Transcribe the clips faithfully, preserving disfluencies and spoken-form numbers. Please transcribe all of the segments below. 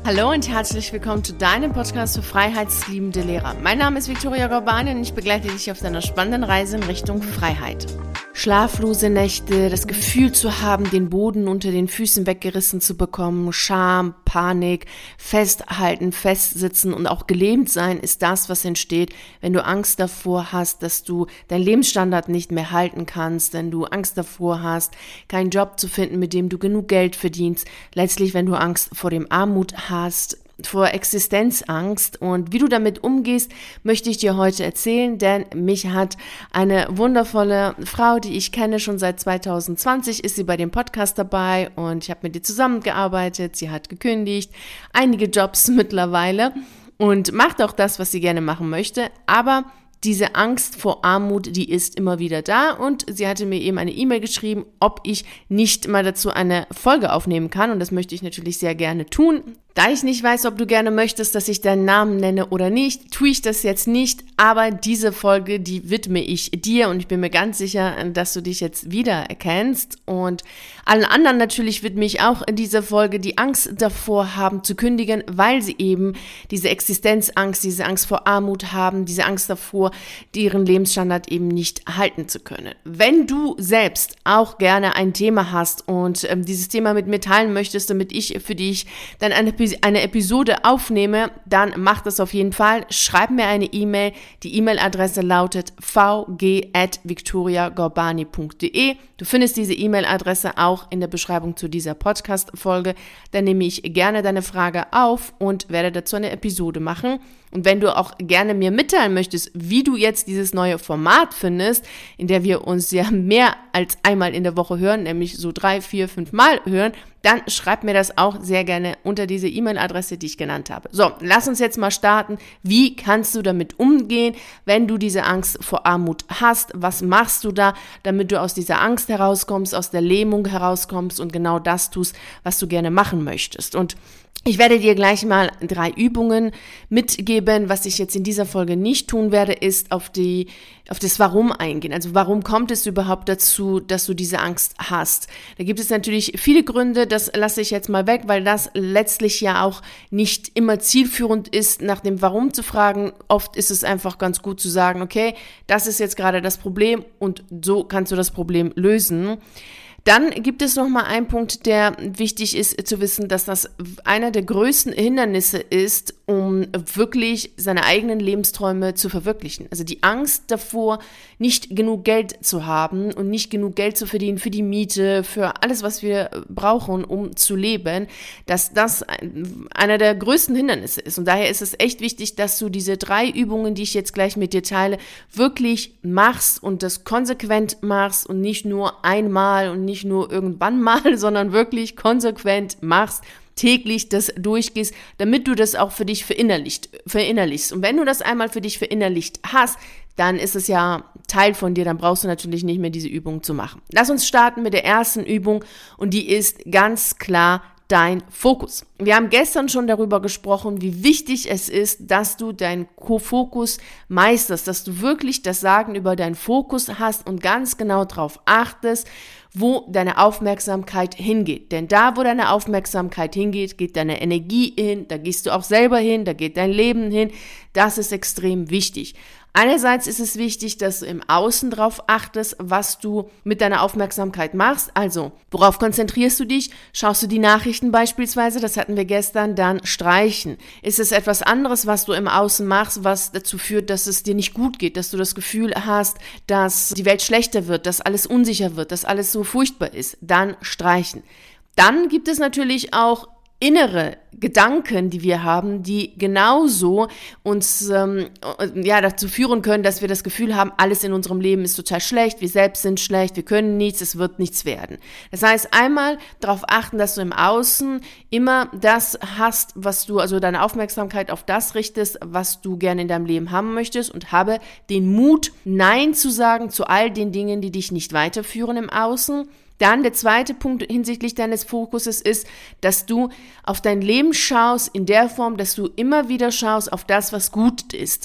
Hallo und herzlich willkommen zu deinem Podcast für freiheitsliebende Lehrer. Mein Name ist Viktoria Gorbani und ich begleite dich auf deiner spannenden Reise in Richtung Freiheit. Schlaflose Nächte, das Gefühl zu haben, den Boden unter den Füßen weggerissen zu bekommen, Scham, Panik, Festhalten, Festsitzen und auch gelähmt sein ist das, was entsteht, wenn du Angst davor hast, dass du deinen Lebensstandard nicht mehr halten kannst, wenn du Angst davor hast, keinen Job zu finden, mit dem du genug Geld verdienst, letztlich wenn du Angst vor dem Armut hast, vor Existenzangst, und wie du damit umgehst, möchte ich dir heute erzählen, denn mich hat eine wundervolle Frau, die ich kenne, schon seit zwanzig zwanzig ist sie bei dem Podcast dabei und ich habe mit ihr zusammengearbeitet, sie hat gekündigt, einige Jobs mittlerweile und macht auch das, was sie gerne machen möchte, aber diese Angst vor Armut, die ist immer wieder da, und sie hatte mir eben eine E-Mail geschrieben, ob ich nicht mal dazu eine Folge aufnehmen kann, und das möchte ich natürlich sehr gerne tun. Da ich nicht weiß, ob du gerne möchtest, dass ich deinen Namen nenne oder nicht, tue ich das jetzt nicht, aber diese Folge, die widme ich dir, und ich bin mir ganz sicher, dass du dich jetzt wiedererkennst, und allen anderen natürlich widme ich auch diese Folge, die Angst davor haben zu kündigen, weil sie eben diese Existenzangst, diese Angst vor Armut haben, diese Angst davor, ihren Lebensstandard eben nicht halten zu können. Wenn du selbst auch gerne ein Thema hast und ähm, dieses Thema mit mir teilen möchtest, damit ich für dich dann eine eine Episode aufnehme, dann mach das auf jeden Fall. Schreib mir eine E-Mail. Die E-Mail-Adresse lautet v g at viktoria gorbani punkt d e. Du findest diese E-Mail-Adresse auch in der Beschreibung zu dieser Podcast-Folge. Dann nehme ich gerne deine Frage auf und werde dazu eine Episode machen. Und wenn du auch gerne mir mitteilen möchtest, wie du jetzt dieses neue Format findest, in der wir uns ja mehr als einmal in der Woche hören, nämlich so drei, vier, fünf Mal hören, dann schreib mir das auch sehr gerne unter diese E-Mail-Adresse, die ich genannt habe. So, lass uns jetzt mal starten. Wie kannst du damit umgehen, wenn du diese Angst vor Armut hast? Was machst du da, damit du aus dieser Angst herauskommst, aus der Lähmung herauskommst und genau das tust, was du gerne machen möchtest? Und ich werde dir gleich mal drei Übungen mitgeben. Was ich jetzt in dieser Folge nicht tun werde, ist auf die, auf das Warum eingehen. Also warum kommt es überhaupt dazu, dass du diese Angst hast? Da gibt es natürlich viele Gründe, das lasse ich jetzt mal weg, weil das letztlich ja auch nicht immer zielführend ist, nach dem Warum zu fragen. Oft ist es einfach ganz gut zu sagen, okay, das ist jetzt gerade das Problem und so kannst du das Problem lösen. Dann gibt es noch mal einen Punkt, der wichtig ist zu wissen, dass das einer der größten Hindernisse ist, um wirklich seine eigenen Lebensträume zu verwirklichen. Also die Angst davor, nicht genug Geld zu haben und nicht genug Geld zu verdienen für die Miete, für alles, was wir brauchen, um zu leben, dass das einer der größten Hindernisse ist. Und daher ist es echt wichtig, dass du diese drei Übungen, die ich jetzt gleich mit dir teile, wirklich machst und das konsequent machst und nicht nur einmal und nicht nur irgendwann mal, sondern wirklich konsequent machst, täglich das durchgehst, damit du das auch für dich verinnerlicht, verinnerlichst. Und wenn du das einmal für dich verinnerlicht hast, dann ist es ja Teil von dir, dann brauchst du natürlich nicht mehr diese Übung zu machen. Lass uns starten mit der ersten Übung, und die ist ganz klar dein Fokus. Wir haben gestern schon darüber gesprochen, wie wichtig es ist, dass du deinen Fokus meisterst, dass du wirklich das Sagen über deinen Fokus hast und ganz genau darauf achtest, wo deine Aufmerksamkeit hingeht. Denn da, wo deine Aufmerksamkeit hingeht, geht deine Energie hin, da gehst du auch selber hin, da geht dein Leben hin. Das ist extrem wichtig. Einerseits ist es wichtig, dass du im Außen drauf achtest, was du mit deiner Aufmerksamkeit machst. Also, worauf konzentrierst du dich? Schaust du die Nachrichten beispielsweise? Das hatten wir gestern. Dann streichen. Ist es etwas anderes, was du im Außen machst, was dazu führt, dass es dir nicht gut geht, dass du das Gefühl hast, dass die Welt schlechter wird, dass alles unsicher wird, dass alles so furchtbar ist? Dann streichen. Dann gibt es natürlich auch innere Gedanken, die wir haben, die genauso uns ähm, ja dazu führen können, dass wir das Gefühl haben, alles in unserem Leben ist total schlecht, wir selbst sind schlecht, wir können nichts, es wird nichts werden. Das heißt, einmal darauf achten, dass du im Außen immer das hast, was du, also deine Aufmerksamkeit auf das richtest, was du gerne in deinem Leben haben möchtest, und habe den Mut, Nein zu sagen zu all den Dingen, die dich nicht weiterführen im Außen. Dann der zweite Punkt hinsichtlich deines Fokuses ist, dass du auf dein Leben schaust in der Form, dass du immer wieder schaust auf das, was gut ist.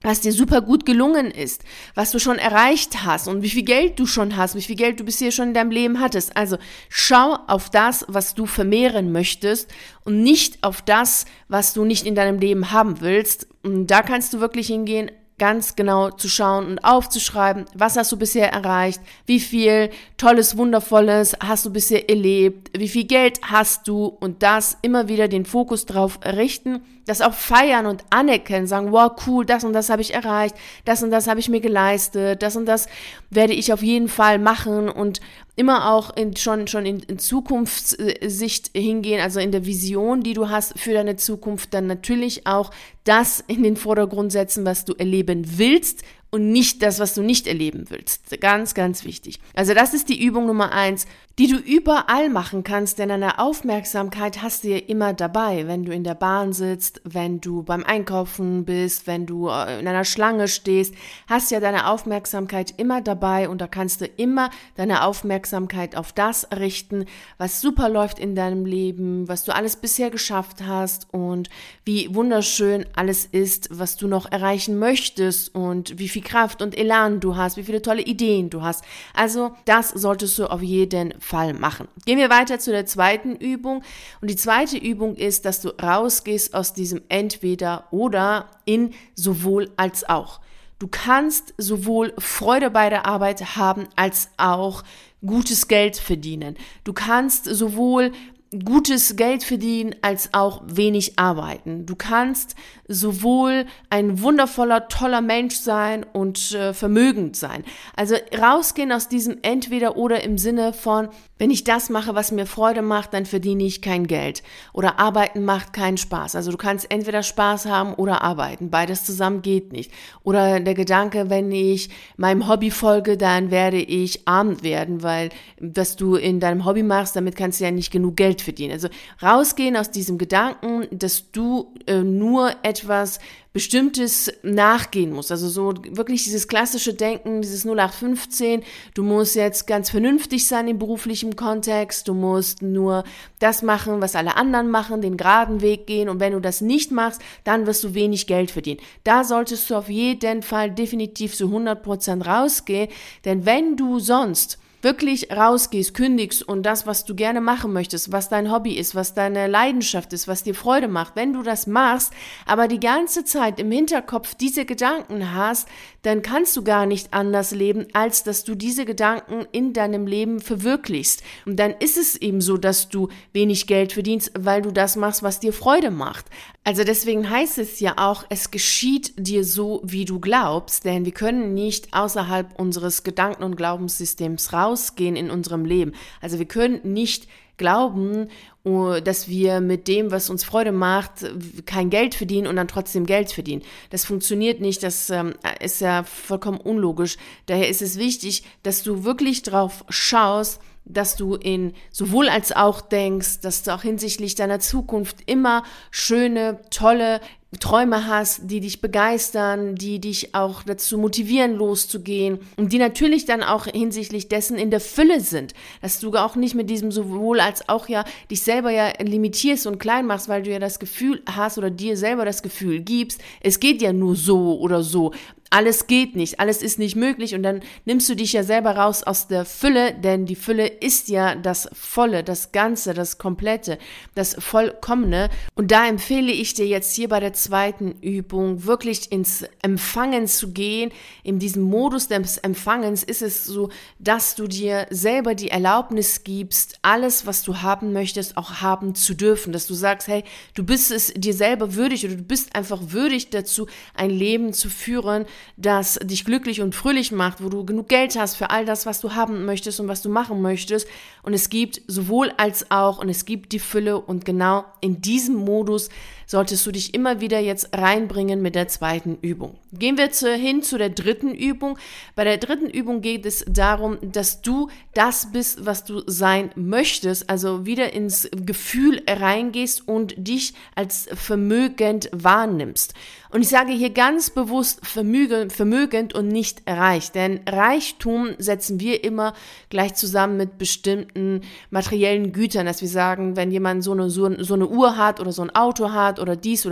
was dir super gut gelungen ist, was du schon erreicht hast und wie viel Geld du schon hast, wie viel Geld du bisher schon in deinem Leben hattest. Also schau auf das, was du vermehren möchtest und nicht auf das, was du nicht in deinem Leben haben willst. Und da kannst du wirklich hingehen, ganz genau zu schauen und aufzuschreiben, was hast du bisher erreicht, wie viel Tolles, Wundervolles hast du bisher erlebt, wie viel Geld hast du und das immer wieder den Fokus drauf richten, das auch feiern und anerkennen, sagen, wow, cool, das und das habe ich erreicht, das und das habe ich mir geleistet, das und das werde ich auf jeden Fall machen und immer auch in, schon, schon in, in Zukunftssicht hingehen, also in der Vision, die du hast für deine Zukunft, dann natürlich auch das in den Vordergrund setzen, was du erleben willst und nicht das, was du nicht erleben willst. Ganz, ganz wichtig. Also das ist die Übung Nummer eins, die du überall machen kannst, denn deine Aufmerksamkeit hast du ja immer dabei, wenn du in der Bahn sitzt, wenn du beim Einkaufen bist, wenn du in einer Schlange stehst, hast ja deine Aufmerksamkeit immer dabei und da kannst du immer deine Aufmerksamkeit auf das richten, was super läuft in deinem Leben, was du alles bisher geschafft hast und wie wunderschön alles ist, was du noch erreichen möchtest und wie viel Kraft und Elan du hast, wie viele tolle Ideen du hast. Also das solltest du auf jeden Fall machen. Gehen wir weiter zu der zweiten Übung. Und die zweite Übung ist, dass du rausgehst aus diesem Entweder oder in sowohl als auch. Du kannst sowohl Freude bei der Arbeit haben, als auch gutes Geld verdienen. Du kannst sowohl gutes Geld verdienen, als auch wenig arbeiten. Du kannst sowohl ein wundervoller, toller Mensch sein und äh, vermögend sein. Also rausgehen aus diesem Entweder oder im Sinne von, wenn ich das mache, was mir Freude macht, dann verdiene ich kein Geld. Oder arbeiten macht keinen Spaß. Also du kannst entweder Spaß haben oder arbeiten. Beides zusammen geht nicht. Oder der Gedanke, wenn ich meinem Hobby folge, dann werde ich arm werden, weil was du in deinem Hobby machst, damit kannst du ja nicht genug Geld verdienen. Also rausgehen aus diesem Gedanken, dass du äh, nur etwas Bestimmtes nachgehen musst. Also so wirklich dieses klassische Denken, dieses null acht fünfzehn, du musst jetzt ganz vernünftig sein im beruflichen Kontext, du musst nur das machen, was alle anderen machen, den geraden Weg gehen und wenn du das nicht machst, dann wirst du wenig Geld verdienen. Da solltest du auf jeden Fall definitiv zu hundert Prozent rausgehen, denn wenn du sonst wirklich rausgehst, kündigst und das, was du gerne machen möchtest, was dein Hobby ist, was deine Leidenschaft ist, was dir Freude macht, wenn du das machst, aber die ganze Zeit im Hinterkopf diese Gedanken hast, dann kannst du gar nicht anders leben, als dass du diese Gedanken in deinem Leben verwirklichst. Und dann ist es eben so, dass du wenig Geld verdienst, weil du das machst, was dir Freude macht. Also deswegen heißt es ja auch, es geschieht dir so, wie du glaubst, denn wir können nicht außerhalb unseres Gedanken- und Glaubenssystems rausgehen in unserem Leben. Also wir können nicht glauben, dass wir mit dem, was uns Freude macht, kein Geld verdienen und dann trotzdem Geld verdienen. Das funktioniert nicht, das ähm, ist ja vollkommen unlogisch. Daher ist es wichtig, dass du wirklich drauf schaust, dass du in sowohl als auch denkst, dass du auch hinsichtlich deiner Zukunft immer schöne, tolle Träume hast, die dich begeistern, die dich auch dazu motivieren, loszugehen und die natürlich dann auch hinsichtlich dessen in der Fülle sind, dass du auch nicht mit diesem sowohl als auch ja dich selber ja limitierst und klein machst, weil du ja das Gefühl hast oder dir selber das Gefühl gibst, es geht ja nur so oder so. Alles geht nicht, alles ist nicht möglich und dann nimmst du dich ja selber raus aus der Fülle, denn die Fülle ist ja das Volle, das Ganze, das Komplette, das Vollkommene. Und da empfehle ich dir jetzt hier bei der zweiten Übung wirklich ins Empfangen zu gehen. In diesem Modus des Empfangens ist es so, dass du dir selber die Erlaubnis gibst, alles, was du haben möchtest, auch haben zu dürfen. Dass du sagst, hey, du bist es dir selber würdig oder du bist einfach würdig dazu, ein Leben zu führen, das dich glücklich und fröhlich macht, wo du genug Geld hast für all das, was du haben möchtest und was du machen möchtest. Und es gibt sowohl als auch und es gibt die Fülle und genau in diesem Modus solltest du dich immer wieder jetzt reinbringen mit der zweiten Übung. Gehen wir zu, hin zu der dritten Übung. Bei der dritten Übung geht es darum, dass du das bist, was du sein möchtest, also wieder ins Gefühl reingehst und dich als vermögend wahrnimmst. Und ich sage hier ganz bewusst vermögend, vermögend und nicht reich, denn Reichtum setzen wir immer gleich zusammen mit bestimmten materiellen Gütern, dass wir sagen, wenn jemand so eine, so, so eine Uhr hat oder so ein Auto hat oder dies oder jenes,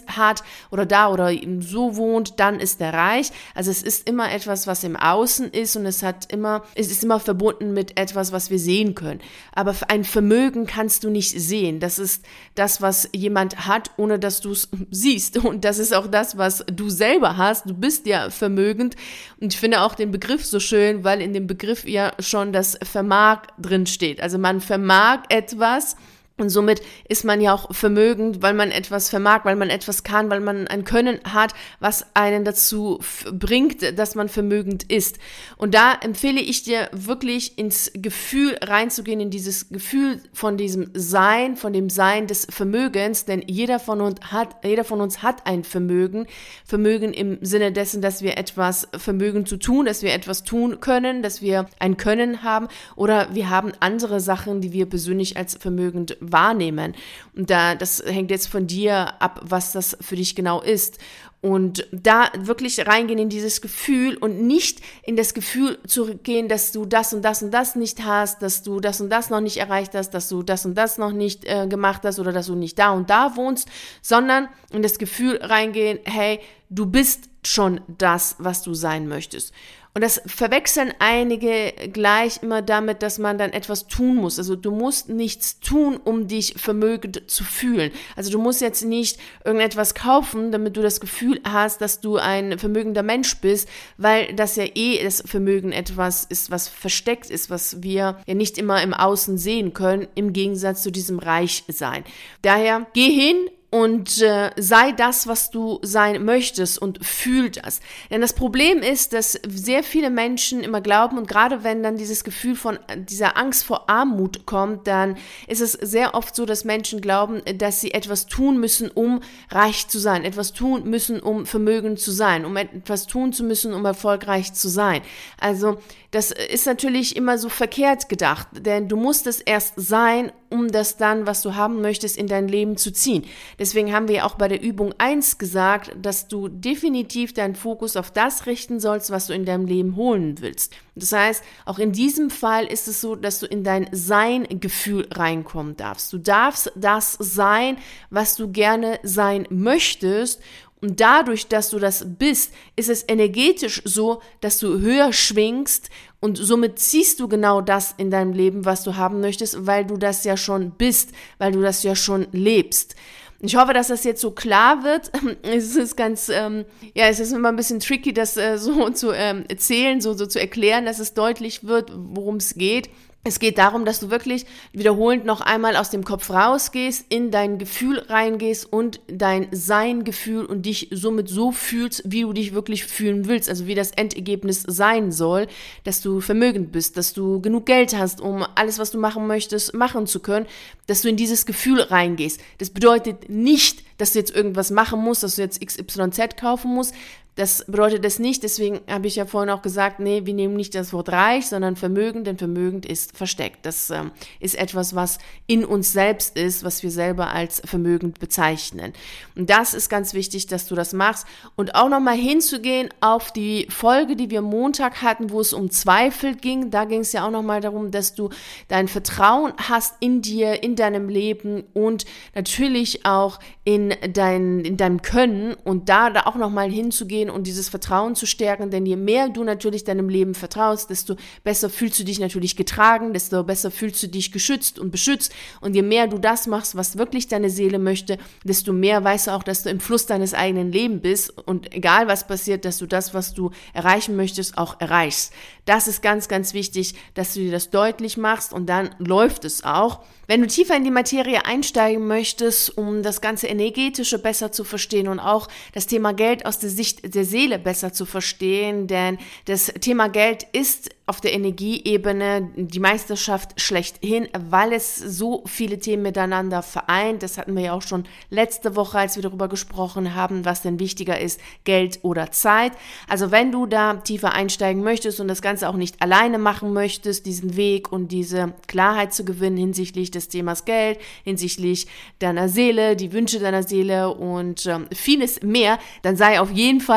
hat oder da oder so wohnt, dann ist er reich. Also es ist immer etwas, was im Außen ist und es hat immer, es ist immer verbunden mit etwas, was wir sehen können. Aber ein Vermögen kannst du nicht sehen. Das ist das, was jemand hat, ohne dass du es siehst. Und das ist auch das, was du selber hast. Du bist ja vermögend. Und ich finde auch den Begriff so schön, weil in dem Begriff ja schon das Vermag drin steht. Also man vermag etwas. Und somit ist man ja auch vermögend, weil man etwas vermag, weil man etwas kann, weil man ein Können hat, was einen dazu f- bringt, dass man vermögend ist. Und da empfehle ich dir wirklich ins Gefühl reinzugehen, in dieses Gefühl von diesem Sein, von dem Sein des Vermögens, denn jeder von uns hat, jeder von uns hat ein Vermögen. Vermögen im Sinne dessen, dass wir etwas vermögen zu tun, dass wir etwas tun können, dass wir ein Können haben oder wir haben andere Sachen, die wir persönlich als vermögend wahrnehmen. Und da, das hängt jetzt von dir ab, was das für dich genau ist. Und da wirklich reingehen in dieses Gefühl und nicht in das Gefühl zurückgehen, dass du das und das und das nicht hast, dass du das und das noch nicht erreicht hast, dass du das und das noch nicht äh, gemacht hast oder dass du nicht da und da wohnst, sondern in das Gefühl reingehen, hey, du bist schon das, was du sein möchtest. Und das verwechseln einige gleich immer damit, dass man dann etwas tun muss. Also du musst nichts tun, um dich vermögend zu fühlen. Also du musst jetzt nicht irgendetwas kaufen, damit du das Gefühl hast, dass du ein vermögender Mensch bist, weil das ja eh das Vermögen etwas ist, was versteckt ist, was wir ja nicht immer im Außen sehen können, im Gegensatz zu diesem Reichsein. Daher geh hin und äh, sei das, was du sein möchtest und fühl das. Denn das Problem ist, dass sehr viele Menschen immer glauben und gerade wenn dann dieses Gefühl von dieser Angst vor Armut kommt, dann ist es sehr oft so, dass Menschen glauben, dass sie etwas tun müssen, um reich zu sein, etwas tun müssen, um vermögend zu sein, um etwas tun zu müssen, um erfolgreich zu sein. Also das ist natürlich immer so verkehrt gedacht, denn du musst es erst sein, um das dann, was du haben möchtest, in dein Leben zu ziehen. Deswegen haben wir ja auch bei der Übung eins gesagt, dass du definitiv deinen Fokus auf das richten sollst, was du in deinem Leben holen willst. Das heißt, auch in diesem Fall ist es so, dass du in dein Sein-Gefühl reinkommen darfst. Du darfst das sein, was du gerne sein möchtest. Und dadurch, dass du das bist, ist es energetisch so, dass du höher schwingst und somit ziehst du genau das in deinem Leben, was du haben möchtest, weil du das ja schon bist, weil du das ja schon lebst. Ich hoffe, dass das jetzt so klar wird. Es ist ganz, ähm, ja, es ist immer ein bisschen tricky, das äh, so zu ähm, erzählen, so, so zu erklären, dass es deutlich wird, worum es geht. Es geht darum, dass du wirklich wiederholend noch einmal aus dem Kopf rausgehst, in dein Gefühl reingehst und dein Sein-Gefühl und dich somit so fühlst, wie du dich wirklich fühlen willst, also wie das Endergebnis sein soll, dass du vermögend bist, dass du genug Geld hast, um alles, was du machen möchtest, machen zu können, dass du in dieses Gefühl reingehst. Das bedeutet nicht, dass du jetzt irgendwas machen musst, dass du jetzt X Y Z kaufen musst. Das bedeutet das nicht, deswegen habe ich ja vorhin auch gesagt, nee, wir nehmen nicht das Wort reich, sondern vermögend, denn vermögend ist versteckt. Das ähm, ist etwas, was in uns selbst ist, was wir selber als vermögend bezeichnen. Und das ist ganz wichtig, dass du das machst und auch nochmal hinzugehen auf die Folge, die wir Montag hatten, wo es um Zweifel ging. Da ging es ja auch nochmal darum, dass du dein Vertrauen hast in dir, in deinem Leben und natürlich auch in, dein, in deinem Können und da, da auch nochmal hinzugehen und dieses Vertrauen zu stärken, denn je mehr du natürlich deinem Leben vertraust, desto besser fühlst du dich natürlich getragen, desto besser fühlst du dich geschützt und beschützt und je mehr du das machst, was wirklich deine Seele möchte, desto mehr weißt du auch, dass du im Fluss deines eigenen Lebens bist und egal was passiert, dass du das, was du erreichen möchtest, auch erreichst. Das ist ganz, ganz wichtig, dass du dir das deutlich machst und dann läuft es auch. Wenn du tiefer in die Materie einsteigen möchtest, um das ganze Energetische besser zu verstehen und auch das Thema Geld aus der Sicht der Seele besser zu verstehen, denn das Thema Geld ist auf der Energieebene die Meisterschaft schlechthin, weil es so viele Themen miteinander vereint. Das hatten wir ja auch schon letzte Woche, als wir darüber gesprochen haben, was denn wichtiger ist, Geld oder Zeit. Also wenn du da tiefer einsteigen möchtest und das Ganze auch nicht alleine machen möchtest, diesen Weg und diese Klarheit zu gewinnen hinsichtlich des Themas Geld, hinsichtlich deiner Seele, die Wünsche deiner Seele und ähm, vieles mehr, dann sei auf jeden Fall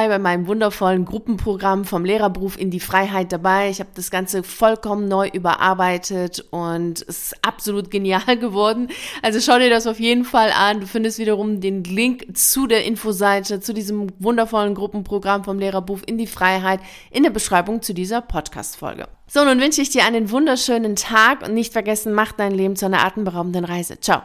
dabei bei meinem wundervollen Gruppenprogramm vom Lehrerberuf in die Freiheit dabei. Ich habe das Ganze vollkommen neu überarbeitet und es ist absolut genial geworden. Also schau dir das auf jeden Fall an. Du findest wiederum den Link zu der Infoseite, zu diesem wundervollen Gruppenprogramm vom Lehrerberuf in die Freiheit in der Beschreibung zu dieser Podcast-Folge. So, nun wünsche ich dir einen wunderschönen Tag und nicht vergessen, mach dein Leben zu einer atemberaubenden Reise. Ciao.